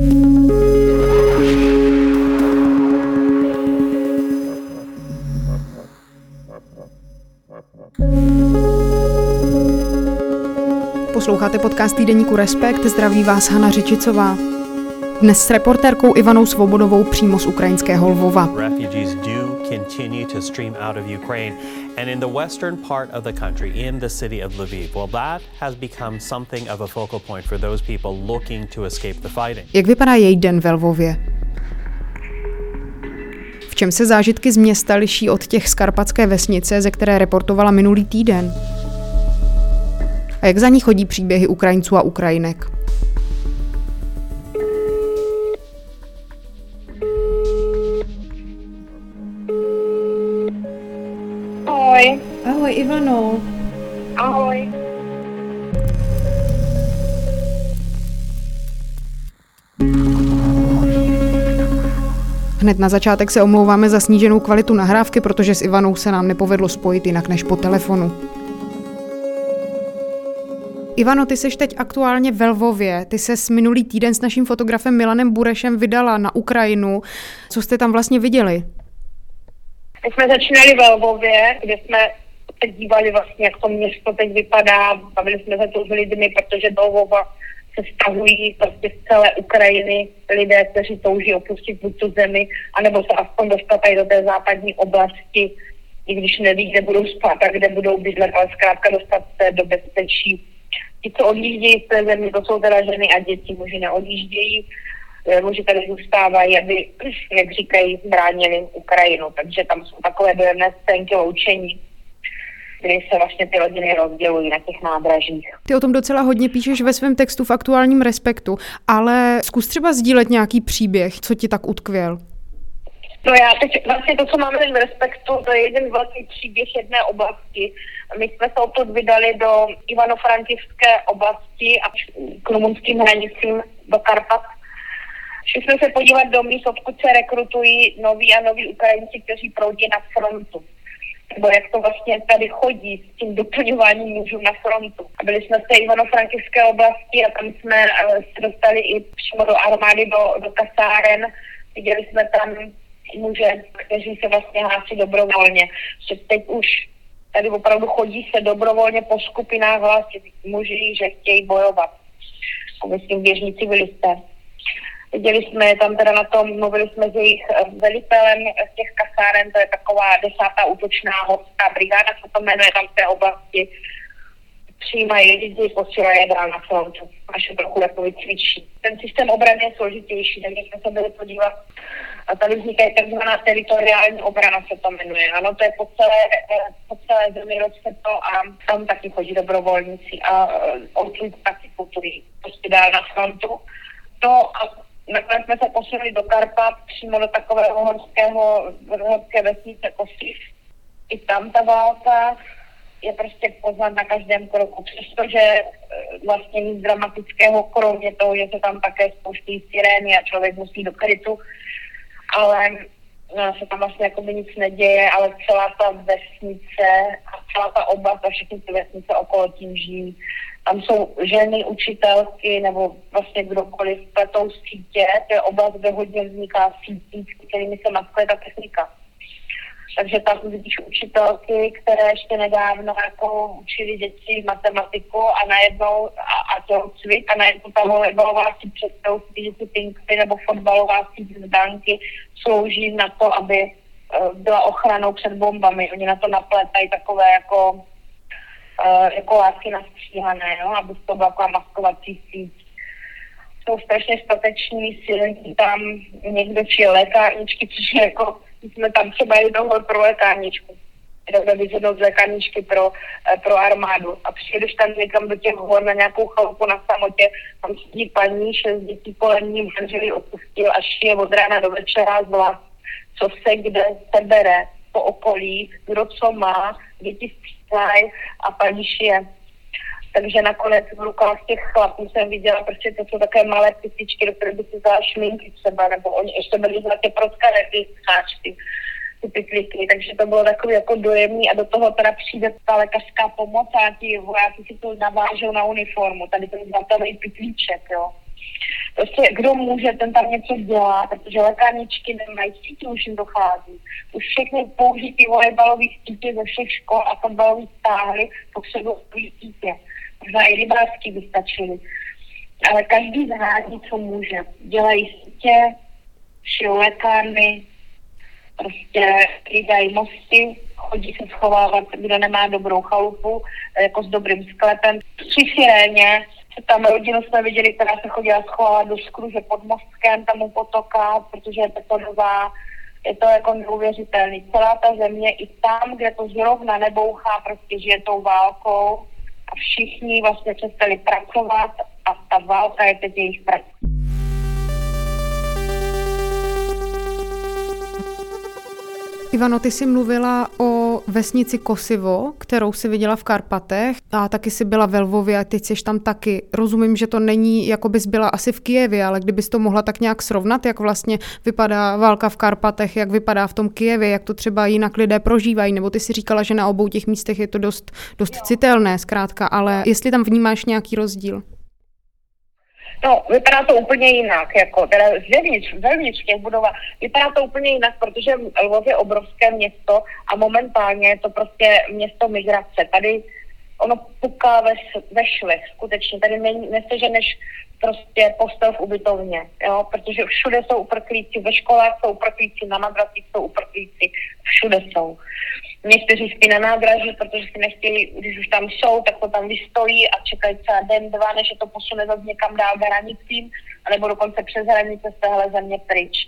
Posloucháte podcast týdeníku Respekt, zdraví vás Hana Řičicová. Dnes s reportérkou Ivanou Svobodovou přímo z ukrajinského Lvova. Refugees do continue to stream out of Ukraine and in the western part of the country, in the city of Lviv. Well, that has become something of a focal point for those people looking to escape the fighting. Jak vypadá její den ve Lvově? V čem se zážitky z města liší od těch z karpatské vesnice, ze které reportovala minulý týden? A jak za ní chodí příběhy Ukrajinců a Ukrajinek? Ahoj. Ahoj Ivano. Ahoj. Hned na začátek se omlouváme za sníženou kvalitu nahrávky, protože s Ivanou se nám nepovedlo spojit jinak než po telefonu. Ivano, ty seš teď aktuálně ve Lvově. Ty ses minulý týden s naším fotografem Milanem Burešem vydala na Ukrajinu. Co jste tam vlastně viděli? My jsme začínali ve Lvově, kde jsme se dívali vlastně, jak to město teď vypadá. Bavili jsme se tu s lidmi, protože do Lvova se stahují prostě z celé Ukrajiny lidé, kteří touží opustit buď tu zemi, anebo se aspoň dostat tady do té západní oblasti, i když neví, kde budou spát a kde budou bydlet, ale zkrátka dostat se do bezpečí. Ti, co odjíždějí z té země, to jsou teda ženy a děti, muži neodjíždějí, muži tady zůstávají, aby, jak říkají, bránili Ukrajinu. Takže tam jsou takové dojemné scénky loučení, kdy se vlastně ty rodiny rozdělují na těch nádražích. Ty o tom docela hodně píšeš ve svém textu v aktuálním Respektu, ale zkus třeba sdílet nějaký příběh, co ti tak utkvěl. No já teď vlastně to, co máme v Respektu, to je jeden velký příběh jedné oblasti. My jsme se opět vydali do Ivano-Frankivské oblasti a k rumunským hranicím do Karpat. Šli jsme se podívat do míst, odkud se rekrutují noví a noví Ukrajinci, kteří proudí na frontu. Nebo jak to vlastně tady chodí s tím doplňováním mužů na frontu. A byli jsme v té Ivano-Frankivské oblasti a tam jsme se dostali i přímo do armády, do kasáren. Viděli jsme tam muže, kteří se vlastně hlásí dobrovolně. Že teď už tady opravdu chodí se dobrovolně po skupinách hlásit muži, že chtějí bojovat. Myslím, běžní civilisté. Viděli jsme je tam teda na tom, mluvili jsme s jejich velitelem z těch kasáren, to je taková 10. útočná horská brigáda, co to jmenuje tam v té oblasti. Přijímají lidi, posílají je dál na frontu, až se trochu jako vycvičí. Ten systém obrany je složitější, takže jsme se byli podívat. A tady vznikají takzvaná teritoriální obrana, se to jmenuje. Ano, to je po celé zemi roste to a tam taky chodí dobrovolníci a odtud taky putují prostě dál na frontu. No a nakonec jsme se posunuli do Karpat, přímo do takového horské vesnice Kosiv. I tam ta válka je prostě poznat na každém kroku, přestože vlastně nic dramatického, kromě toho, že se tam také spouští sirény a člověk musí do krytu, ale se tam vlastně jakoby nic neděje, ale celá ta vesnice a celá ta oblast a všechny ty vesnice okolo tím žijí. Tam jsou ženy, učitelky nebo vlastně kdokoliv pletou sítě, to je oblast, kde hodně vzniká sítí, s kterými se maskuje ta technika. Takže tam vidíš učitelky, které ještě nedávno jako učili děti matematiku a najednou a tělocvik a najednou ta volejbalová síť představu si děti pinkly nebo fotbalová síť z banky slouží na to, aby byla ochranou před bombami. Oni na to naplétají takové jako látky nastříhané, no, aby to byla taková maskovací síť. Jsou strašně stateční, silní tam někdo či lékárničky, což je jako jsme tam třeba jednou pro lékárničku. Jdeme vyzvednout z lékárničky pro armádu. A přijedeš tam někam do těch hor na nějakou chalupu na samotě, tam sedí paní, 6 dětí kolem ní, manželí opustil a šije od rána do večera zvlášť, co se kde se bere po okolí, kdo co má, děti spítají a paní šije. Takže nakonec v rukách těch chlapů jsem viděla, protože to jsou takové malé pytičky, do které by si vzala šminky třeba, nebo oni ještě byli zlatě protkané, ty cháčky, ty pytlíky, takže to bylo takový jako dojemný a do toho teda přijde ta lékařská pomoc a ti vojáci si to navážou na uniformu, tady ten zlatý pytlíček, jo. Prostě kdo může, ten tam něco dělá, protože lékárničky nemají, sítě už jim dochází. Už všechny použitý volejbalové sítě ze všech škol a fotbalový stáhly potřebují sítě. Možná i rybářský by stačily. Ale každý zhádí, co může. Dělají sítě, šijou lékárny, prostě hlídají mosty, chodí se schovávat, kdo nemá dobrou chalupu, jako s dobrým sklepem. Při siréně se tam rodinu jsme viděli, která se chodila schovávat do skruže pod mostkem, tam u potoka, protože je betonová. Je to jako neuvěřitelný. Celá ta země i tam, kde to zrovna nebouchá, prostě žije tou válkou a všichni vlastně přestali pracovat a ta válka je teď jejich prací. Ivano, ty jsi mluvila o vesnici Kosivo, kterou jsi viděla v Karpatech a taky jsi byla ve Lvově a teď jsi tam taky. Rozumím, že to není, jako bys byla asi v Kyjevě, ale kdybys to mohla tak nějak srovnat, jak vlastně vypadá válka v Karpatech, jak vypadá v tom Kyjevě, jak to třeba jinak lidé prožívají, nebo ty si říkala, že na obou těch místech je to dost citelné zkrátka, ale jestli tam vnímáš nějaký rozdíl? No, vypadá to úplně jinak, jako teda zevnitř těch budovách. Vypadá to úplně jinak, protože Lvov je obrovské město a momentálně je to prostě město migrace. Tady ono puká ve švech, skutečně. Tady neseženeš prostě postel v ubytovně, jo, protože všude jsou uprchlíci, ve školách jsou uprchlíci, na madracích jsou uprchlíci, všude jsou. Někteří spí na nádraží, protože si nechtějí, když už tam jsou, tak to tam vystojí a čekají třeba den, dva, než je to posune zase někam dál k hranicím, anebo dokonce přes hranice z téhle země pryč.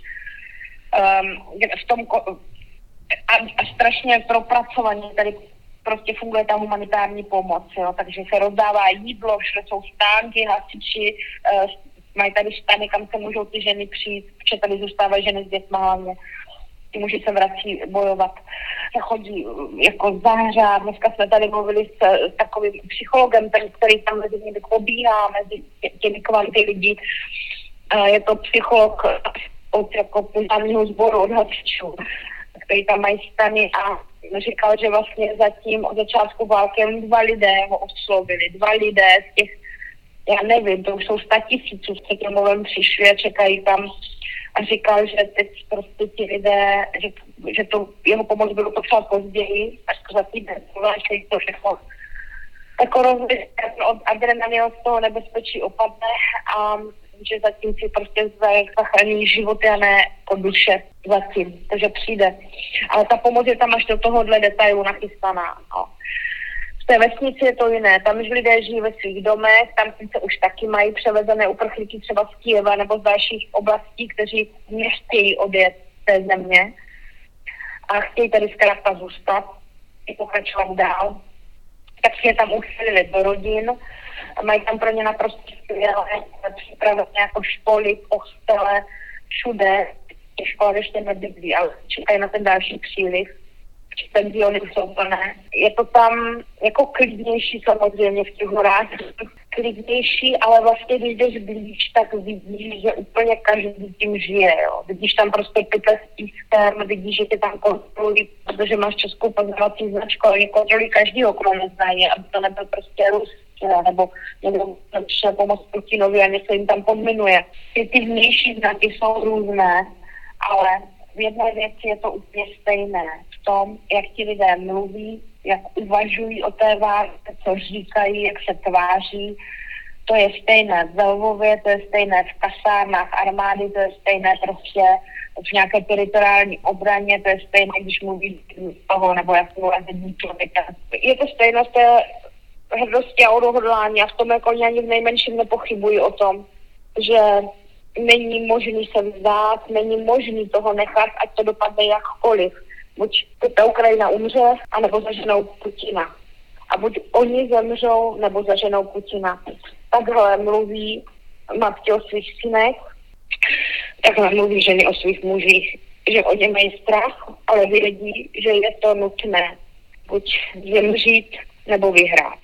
A strašně propracovaně tady prostě funguje ta humanitární pomoc, jo? Takže se rozdává jídlo, všude jsou stánky, hasiči, mají tady stany, kam se můžou ty ženy přijít, protože tady zůstávají ženy s dětma hlavně. Ty muži se vrací bojovat. Se chodí jako zahřát. Dneska jsme tady mluvili s takovým psychologem, který tam mezi nimi pobíhá, mezi těmi kvanty lidí. Je to psycholog od jako požárního sboru, od hasičů, který tam mají stany a říkal, že vlastně zatím od začátku války jen 2 lidé ho oslovili. 2 lidé z těch, já nevím, to už jsou 100 000, s tím mluvem přišli a čekají tam. A říkal, že teď prostě ti lidé, že to jeho pomoc bylo potřeba později, až za týden, že to všechno jako od adrenalinu z toho nebezpečí opadne a že zatím si prostě zachrání životy a ne jako duše zatím, takže přijde. Ale ta pomoc je tam až do tohohle detailu nachystaná. No. V té vesnici je to jiné, tam už lidé žijí ve svých domech, tam se už taky mají převezené uprchlíky třeba z Kyjeva nebo z dalších oblastí, kteří nechtějí odjet z té země a chtějí tady zkrátka zůstat i pokračovat dál. Tak si je tam uchylili do rodin, mají tam pro ně naprosto skvělé připravené jako školy, kostele, všude. Těch škol ještě nebydlí, ale čekají na ten další příliv. Penziony jsou plné. Je to tam jako klidnější samozřejmě v těch horách. Klidnější, ale vlastně když jdeš blíž, tak vidíš, že úplně každý tím žije. Jo. Vidíš tam prostě pytle s pískem, vidíš, že tě tam kontrolují, protože máš českou pozorovací značku, oni kontrolují každýho, koho neznají, aby to nebyl prostě Rus, nebo někdo přišel pomoct Putinovi a něco jim tam podminuje. Ty vnější znaky jsou různé, ale v jedné věci je to úplně stejné. V tom, jak ti lidé mluví, jak uvažují o té válce, co říkají, jak se tváří. To je stejné v Lvově, to je stejné v kasárnách armády, to je stejné prostě v nějaké teritoriální obraně, to je stejné, když mluví z toho, nebo jak mluví z člověka. Je to stejné z té hrdosti a odhodlání a v tom jako ani v nejmenším nepochybuji o tom, že není možný se vzdát, není možný toho nechat, ať to dopadne jakkoliv. Buď ta Ukrajina umře, anebo zaženou Putina. A buď oni zemřou, nebo zaženou Putina. Takhle mluví matky o svých synech, takhle mluví ženy o svých mužích, že oni mají strach, ale vědí, že je to nutné. Buď zemřít, nebo vyhrát.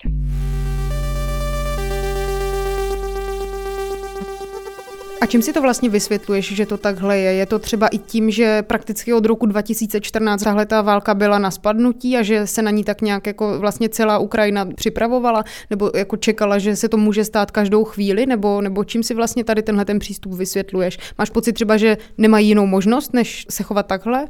A čím si to vlastně vysvětluješ, že to takhle je? Je to třeba i tím, že prakticky od roku 2014 tahle ta válka byla na spadnutí a že se na ní tak nějak jako vlastně celá Ukrajina připravovala, nebo jako čekala, že se to může stát každou chvíli, nebo čím si vlastně tady tenhle ten přístup vysvětluješ? Máš pocit třeba, že nemají jinou možnost, než se chovat takhle?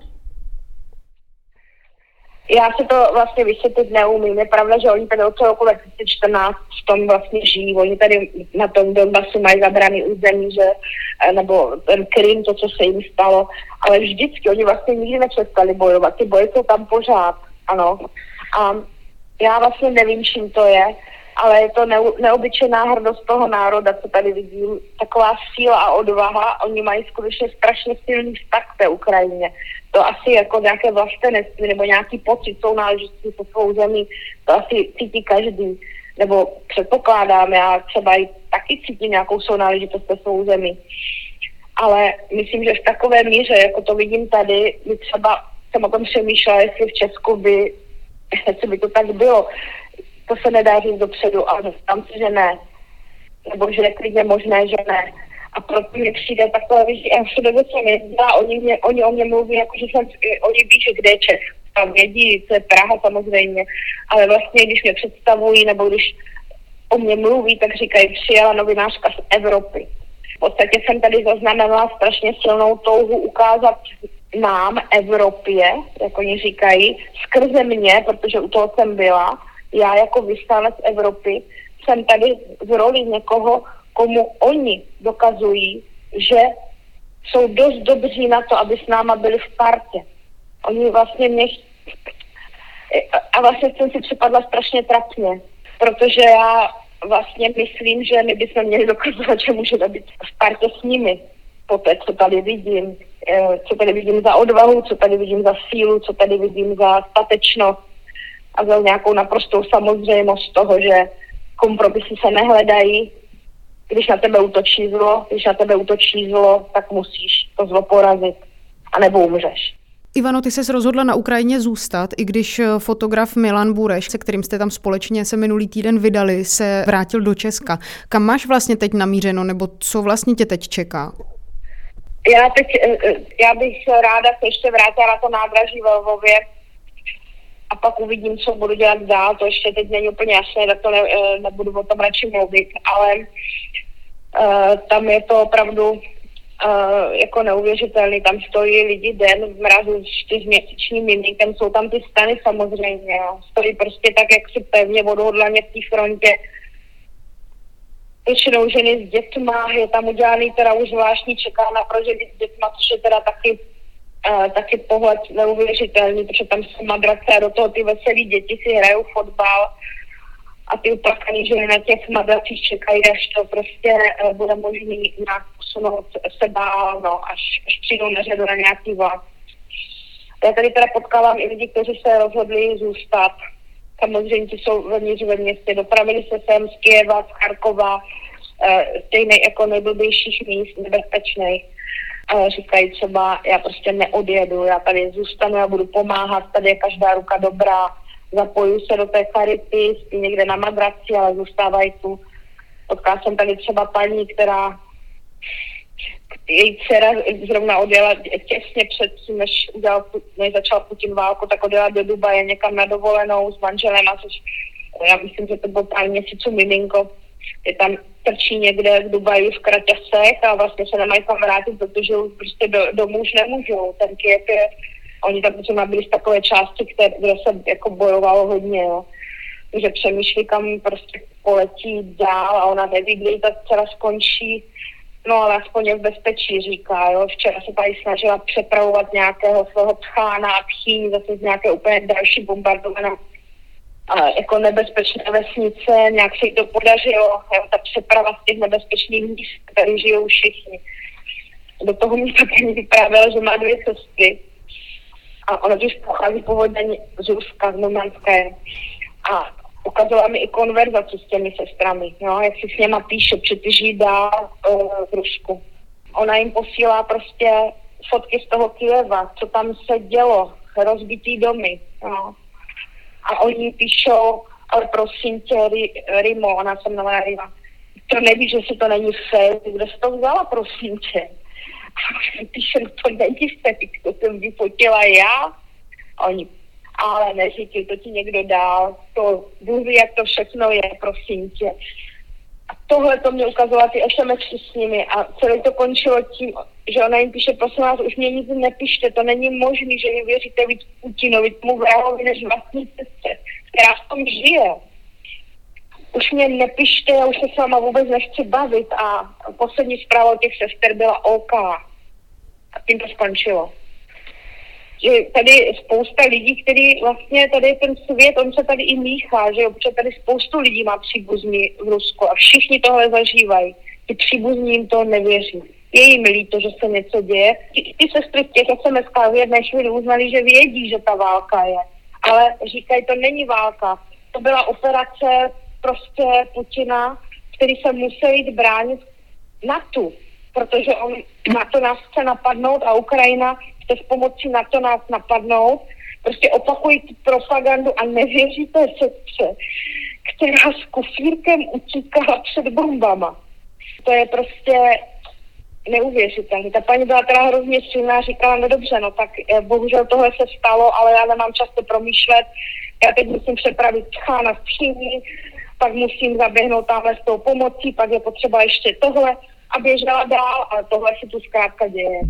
Já si to vlastně vysvětlit neumím. Je pravda, že oni tady od toho roku 2014 v tom vlastně žijí. Oni tady na tom Donbasu mají zabraný území, že, nebo ten Krym, to, co se jim stalo. Ale vždycky oni vlastně nikdy nepřestali bojovat. Ty boje jsou tam pořád, ano. A já vlastně nevím, čím to je, ale je to neobyčejná hrdost toho národa, co tady vidím. Taková síla a odvaha. Oni mají skutečně strašně silný vztah k té Ukrajině. To asi jako nějaké vlastenectví nebo nějaký pocit sounáležitosti se svou zemí, to asi cítí každý. Nebo předpokládám, já třeba i taky cítím nějakou sounáležitost se svou zemí. Ale myslím, že v takové míře, jako to vidím tady, by třeba jsem o tom přemýšlela, jestli v Česku by to tak bylo. To se nedá říct dopředu, ale tam si, že ne. Nebo že je klidně možné, že ne. A proto mi přijde takové, já všude jsem jezdila, oni o mě mluví, jako že oni ví, že kde je Česk. Tam vědí, co je Praha samozřejmě, ale vlastně, když mě představují, nebo když o mě mluví, tak říkají, přijela novinářka z Evropy. V podstatě jsem tady zaznamenala strašně silnou touhu ukázat nám, Evropě, jak oni říkají, skrze mě, protože u toho jsem byla, já jako vyslanec Evropy, jsem tady v roli někoho, komu oni dokazují, že jsou dost dobří na to, aby s náma byli v partě. Oni vlastně mě... A vlastně jsem si připadla strašně trapně, protože já vlastně myslím, že my bychom měli dokazovat, že můžeme být v partě s nimi. Po té, co tady vidím za odvahu, co tady vidím za sílu, co tady vidím za statečnost a za nějakou naprostou samozřejmost toho, že kompromisy se nehledají. Když na tebe útočí zlo, tak musíš to zlo porazit, anebo umřeš. Ivano, ty ses rozhodla na Ukrajině zůstat, i když fotograf Milan Bureš, se kterým jste tam společně se minulý týden vydali, se vrátil do Česka. Kam máš vlastně teď namířeno, nebo co vlastně tě teď čeká? Já bych ráda se ještě vrátila na to nádraží ve Lvově a pak uvidím, co budu dělat dál. To ještě teď není úplně jasné, tak to nebudu o tom radši mluvit, ale tam je to opravdu jako neuvěřitelný. Tam stojí lidi den v mrazu s 4měsíčním mimínkem, jsou tam ty stany samozřejmě. Jo. Stojí prostě tak, jak si pevně odhodlaně v té frontě. Většinou ženy s dětma, je tam udělaný teda už zvláštní čekána pro ženy s dětma, což je teda taky pohled neuvěřitelný, protože tam jsou madrace a do toho ty veselý děti si hrajou fotbal a ty uplakaný ženy na těch madracích čekají, až to prostě bude možný nějak posunout se dál, no, až přijdou na řadu na nějaký vlak. Já tady teda potkávám i lidi, kteří se rozhodli zůstat. Samozřejmě ti jsou vevnitř ve městě, dopravili se sem z Kyjeva, z Charkova, těch jako nejblbějších míst, nebezpečných. Říkají třeba, já prostě neodjedu, já tady zůstanu, já budu pomáhat, tady je každá ruka dobrá, zapojuji se do té charity, spí někde na madraci, ale zůstávají tu. Potkala jsem tady třeba paní, která její dcera zrovna odjela těsně předtím, než začal Putin válku, tak odjela do Dubaje někam na dovolenou s manželem, a což já myslím, že to bylo pár měsíců miminko. Je tam trčí někde v Dubaji v kraťasech a vlastně se nemají tam vrátit, protože už prostě domů už nemůžou. Ten Kyjev je, oni tam třeba byli z takové části, kde se jako bojovalo hodně, jo. Takže přemýšlí, kam prostě poletí dál a ona neví, kdy ta dcera skončí. No ale aspoň je v bezpečí, říká, jo. Včera se tady snažila přepravovat nějakého svého pchána a pchýní zase z nějaké úplně další bombardované jako nebezpečné vesnice, nějak se jí to podařilo, jo, ta přeprava z těch nebezpečných míst, které žijou všichni. Do toho mi taky vyprávěl, že má 2 sestry a ona když pochází původně z Ruska, z Murmanské, a ukazovala mi i konverzaci s těmi sestrami, jo, jak si s něma píše, protože ty žijí dál v Rusku. Ona jim posílá prostě fotky z toho Kyjeva, co tam se dělo, rozbitý domy, jo. A oni píšou, ale prosím tě, Rimo, ona se jmenuje Rima, to nevíš, že si to není fér, kde jsi to vzala, prosím tě. A píše, to není fér, to jsem vyfotila já. A oni, ale neříkej, to ti někdo dál, to Bůh ví, jak to všechno je, prosím tě. A tohle to mě ukazovala ty SMSky s nimi a celé to končilo tím, že ona jim píše, prosím vás, už mě nic nepište, to není možné, že jim věříte víc Putinovi, tomu vrahovi než vlastní sestře, která v tom žije. Už mě nepište, já už se s váma vůbec nechci bavit a poslední zpráva od těch sester byla OK. A tím to skončilo. Že tady je spousta lidí, který vlastně tady je ten svět, on se tady i míchá, že jo, protože tady spoustu lidí má příbuzní v Rusku a všichni tohle zažívají. Ty příbuzní jim to nevěří. Je jim líto, že se něco děje. Ty sestry v těch SMS-kách v jedné chvíli uznali, že vědí, že ta válka je. Ale říkají, to není válka. To byla operace prostě Putina, který se musel jít bránit NATO, protože on NATO nás chce napadnout a Ukrajina chce s pomocí NATO nás napadnout. Prostě opakují tu propagandu a nevěří té sestře, která s kufírkem utíkala před bombama. To je prostě neuvěřitelné. Ta paní byla teda hrozně silná a říkala, no dobře, no tak bohužel tohle se stalo, ale já nemám čas to promýšlet. Já teď musím přepravit tchána z Číny, pak musím zaběhnout tamhle s tou pomocí, pak je potřeba ještě tohle a běžela dál, ale tohle se tu zkrátka děje.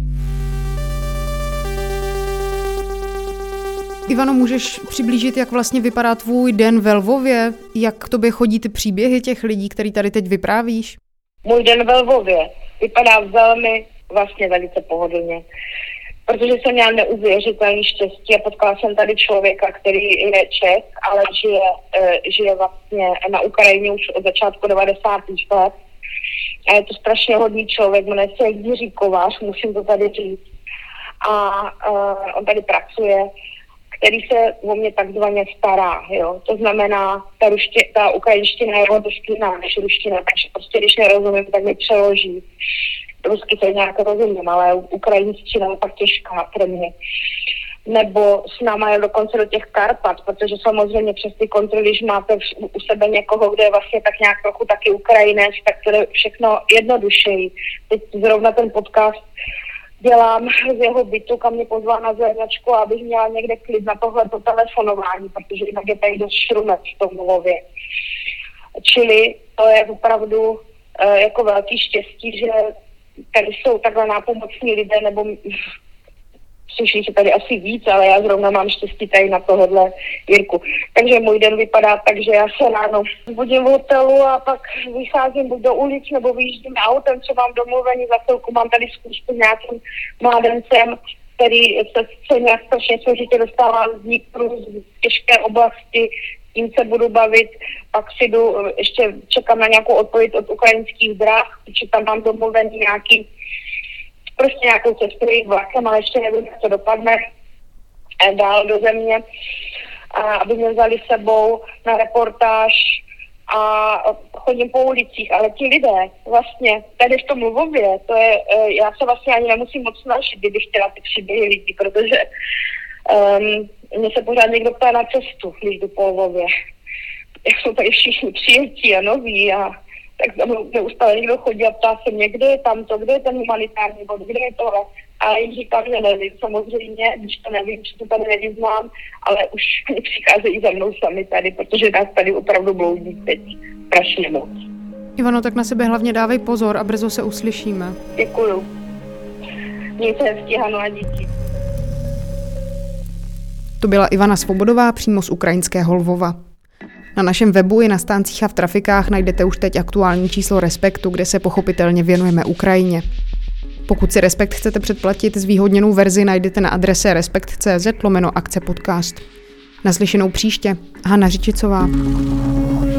Ivano, můžeš přiblížit, jak vlastně vypadá tvůj den ve Lvově? Jak k tobě chodí ty příběhy těch lidí, který tady teď vyprávíš? Můj den ve Lvově vypadá velmi vlastně velice pohodlně. Protože jsem měla neuvěřitelný štěstí a potkala jsem tady člověka, který je Čech, ale žije vlastně na Ukrajině už od začátku 90. let. A je to strašně hodný člověk, jmenuje se Jiří Kovář, musím to tady říct. A on tady pracuje, který se o mě takzvaně stará, jo. To znamená, ta ukrajinština je hodně jiná než ruština, takže prostě když nerozumím, tak mi přeloží. Rusky to nějak rozumím, ale ukrajinština je tak těžká pro mě. Nebo s náma je dokonce do těch Karpat, protože samozřejmě přes ty kontroly, když máte u sebe někoho, kdo je vlastně tak nějak trochu taky Ukrajinec, tak to je všechno jednodušeji. Teď zrovna ten podcast dělám z jeho bytu, kam mě pozval na zvednačku, abych měla někde klid na tohleto telefonování, protože jinak je tady dost šrumec v tom Lvově. Čili to je opravdu jako velký štěstí, že tady jsou takhle nápomocní lidé, nebo slyší se tady asi víc, ale já zrovna mám štěstí tady na tohohle Jirku. Takže můj den vypadá tak, že já se ráno budím v hotelu a pak vycházím buď do ulic, nebo vyjíždím autem, co mám domluvený, za chvilku mám tady zkušku s nějakým mládencem, který se nějak strašně složitě dostává z Dnipru, z těžké oblasti, tím se budu bavit, pak si jdu, ještě čekám na nějakou odpověď od ukrajinských drah, protože tam mám domluvený nějakou cestu jejich vlakem, ale ještě nevím, jak to dopadne dál do země, aby mě vzali sebou na reportáž a chodím po ulicích, ale ti lidé vlastně tady v tom Lvově, to je, já se vlastně ani nemusím moc snažit, kdybych chtěla ty příběhy lidí, protože mě se pořád někdo ptá na cestu, když jdu po Lvově. Jak jsou tady všichni přijetí a noví a tak za mnou neustále někdo chodí a ptá se mě, kde je tamto, kde je ten humanitární bod, kde je tohle. A jim říkám, že nevím, samozřejmě, když to nevím, že to tady nevyznám, ale už mě přicházejí za mnou sami tady, protože nás tady opravdu bloudí teď strašně moc. Ivano, tak na sebe hlavně dávej pozor a brzo se uslyšíme. Děkuju. Mějte hezky, Hano, a díky. To byla Ivana Svobodová přímo z ukrajinského Lvova. Na našem webu i na stáncích a v trafikách najdete už teď aktuální číslo Respektu, kde se pochopitelně věnujeme Ukrajině. Pokud si Respekt chcete předplatit, zvýhodněnou verzi najdete na adrese respekt.cz/akce podcast. Naslyšenou příště. Hana Řičicová.